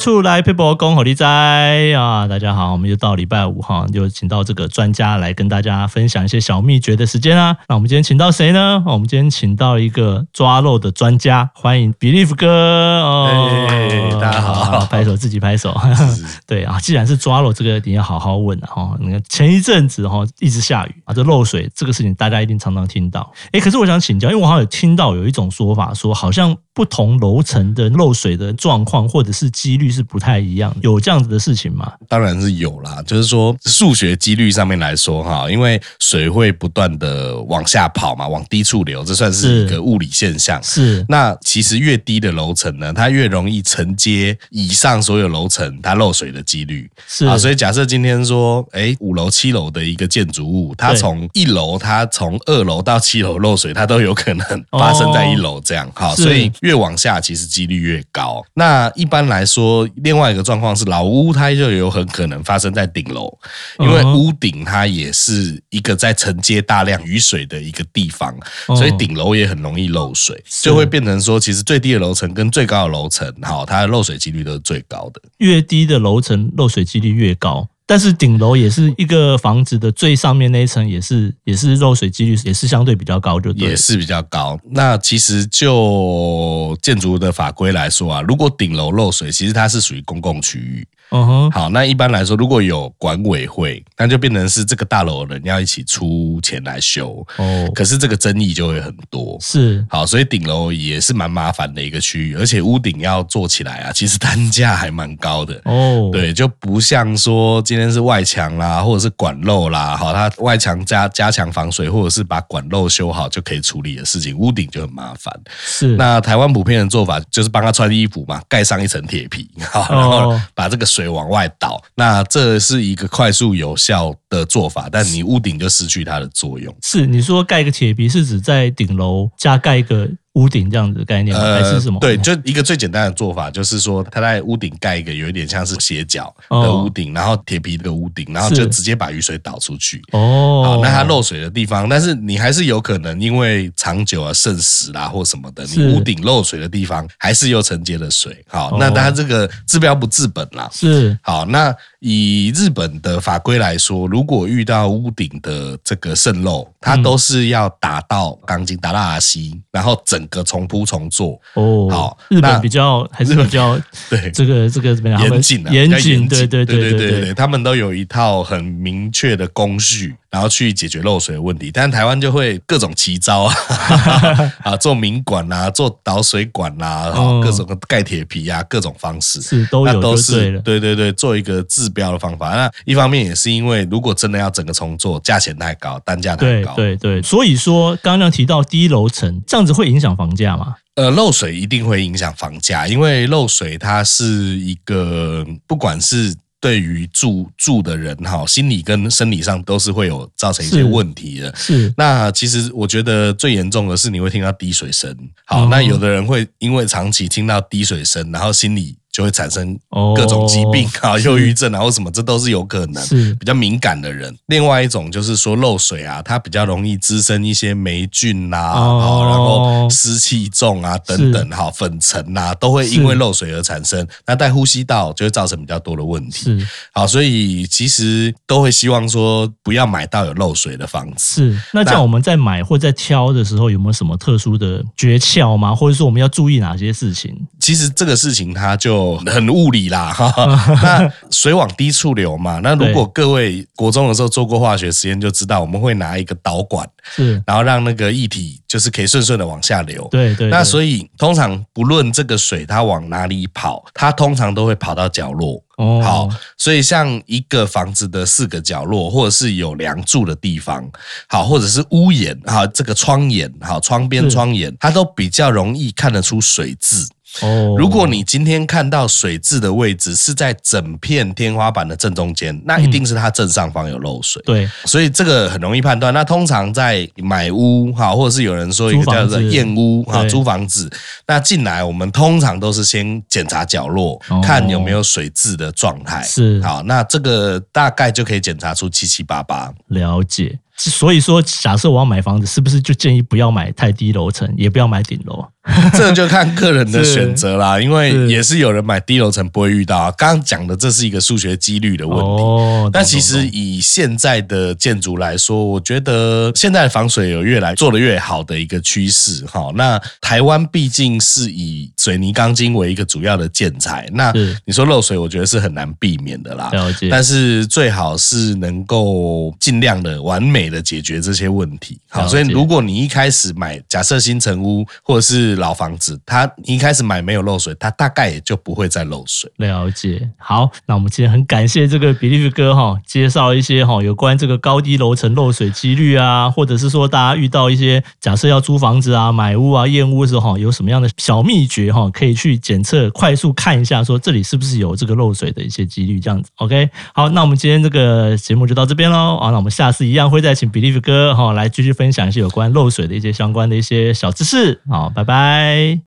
厝来配播公好利哉啊！大家好，我们又到礼拜五哈，就请到这个专家来跟大家分享一些小秘诀的时间啊。那我们今天请到谁呢？我们今天请到一个抓漏的专家，欢迎Believe哥哦。 大家好， 拍手自己拍手。对啊，既然是抓漏，这个你要好好问啊哈。你看前一阵子哈一直下雨啊，这漏水这个事情大家一定常常听到。可是我想请教，因为我好像有听到有一种说法说，好像不同楼层的漏水的状况或者是几率是不太一样，有这样子的事情吗？ 当然是有啦，就是说数学几率上面来说哈，因为水会不断的往下跑嘛，往低处流，这算是一个物理现象。 是。 那其实越低的楼层呢，它越容易承接以上所有楼层它漏水的几率。 是啊，所以假设今天说，5楼、7楼的一个建筑物，它从1楼，它从2楼到7楼漏水，它都有可能发生在1楼这样。好，所以越往下其实几率越高。那一般来说，另外一个状况是老屋它就有很可能发生在顶楼，因为屋顶它也是一个在承接大量雨水的一个地方，所以顶楼也很容易漏水，就会变成说，其实最低的楼层跟最高的楼层，好，它的漏水几率都是最高的。 越低的楼层漏水几率越高。但是顶楼也是一个房子的最上面那一层，也是漏水几率也是相对比较高，就对了， 也是比较高。那其实就建筑的法规来说啊，如果顶楼漏水，其实它是属于公共区域。好，那一般来说，如果有管委会，那就变成是这个大楼的人要一起出钱来修。可是这个争议就会很多。 是。 好，所以顶楼也是蛮麻烦的一个区域，而且屋顶要做起来啊，其实单价还蛮高的。对，就不像说今天是外墙啦，或者是管漏啦，好，它外墙加强防水，或者是把管漏修好就可以处理的事情，屋顶就很麻烦。 是。 那台湾普遍的做法就是帮他穿衣服嘛，盖上一层铁皮，好，然后把这个水往外倒。那这是一个快速有效的做法，但你屋顶就失去它的作用。 是，你说盖个铁皮是指在顶楼加盖一个屋顶这样子的概念吗？还是什么？ 对，就一个最简单的做法，就是说他在屋顶盖一个有一点像是斜角的屋顶，然后铁皮的屋顶，然后就直接把雨水导出去。好，那它漏水的地方，但是你还是有可能因为长久啊渗蚀啦或什么的，你屋顶漏水的地方还是又承接了水。好，那它这个治标不治本啦。 是。 好，那以日本的法规来说，如果遇到屋顶的这个渗漏，它都是要打到钢筋，打到 RC， 然后整个重铺重做。好， 日本比较还是比较对这个怎么样？ 严谨啊， 严谨，对， 他们都有一套很明确的工序，然后去解决漏水的问题。但台湾就会各种奇招啊，做明管啊，做导水管啊，各种盖铁皮啊，各种方式是都有， 都是对，做一个治标的方法。那一方面也是因为如果真的要整个重做，价钱太高，单价太高。 对，所以说刚刚提到低楼层，这样子会影响房价吗？ 漏水一定会影响房价，因为漏水它是一个不管是对于住的人哈，心理跟生理上都是会有造成一些问题的。 是。 那其实我觉得最严重的是你会听到滴水声。好，那有的人会因为长期听到滴水声，然后心里就会产生各种疾病啊，忧郁症啊或什么，这都是有可能。 是。 比较敏感的人。另外一种就是说漏水啊，它比较容易滋生一些霉菌啦，然后湿气重啊等等，好，粉尘啊都会因为漏水而产生，那在呼吸道就会造成比较多的问题。 是。 好，所以其实都会希望说不要买到有漏水的房子。 是。那这样我们在买或在挑的时候有没有什么特殊的诀窍吗？或者说我们要注意哪些事情？ 其实这个事情它就很物理啦，那水往低处流嘛，那如果各位国中的时候做过化学实验就知道，我们会拿一个导管， 是， 然后让那个液体就是可以顺顺的往下流。 对， 那所以通常不论这个水它往哪里跑，它通常都会跑到角落。好，所以像一个房子的4个角落，或者是有梁柱的地方，好，或者是屋檐，好，这个窗檐，好，窗边窗檐，它都比较容易看得出水渍。如果你今天看到水渍的位置是在整片天花板的正中间，那一定是它正上方有漏水。 对， 所以这个很容易判断。那通常在买屋或者是有人说一个叫做验屋租房子，那进来我们通常都是先检查角落，看有没有水渍的状态。 是， 好，那这个大概就可以检查出七七八八。 了解。 所以说，假设我要买房子，是不是就建议不要买太低楼层，也不要买顶楼？ 这就看个人的选择啦，因为也是有人买低楼层不会遇到啊。刚刚讲的这是一个数学几率的问题，但其实以现在的建筑来说，我觉得现在的防水有做得越好的一个趋势哈。那台湾毕竟是以水泥钢筋为一个主要的建材，那你说漏水，我觉得是很难避免的啦。 了解， 但是最好是能够尽量的完美的解决这些问题。好，所以如果你一开始买，假设新成屋或者是老房子，你一开始买没有漏水，它大概也就不会再漏水。 了解。好，那我们今天很感谢这个比利夫哥介绍一些有关这个高低楼层漏水几率啊，或者是说大家遇到一些假设要租房子啊、买屋啊、验屋的时候有什么样的小秘诀可以去检测，快速看一下说这里是不是有这个漏水的一些几率这样子。OK， 好，那我们今天这个节目就到这边咯。那我们下次一样会再请比利夫哥来继续分享一些有关漏水的一些相关的一些小知识。好，拜拜。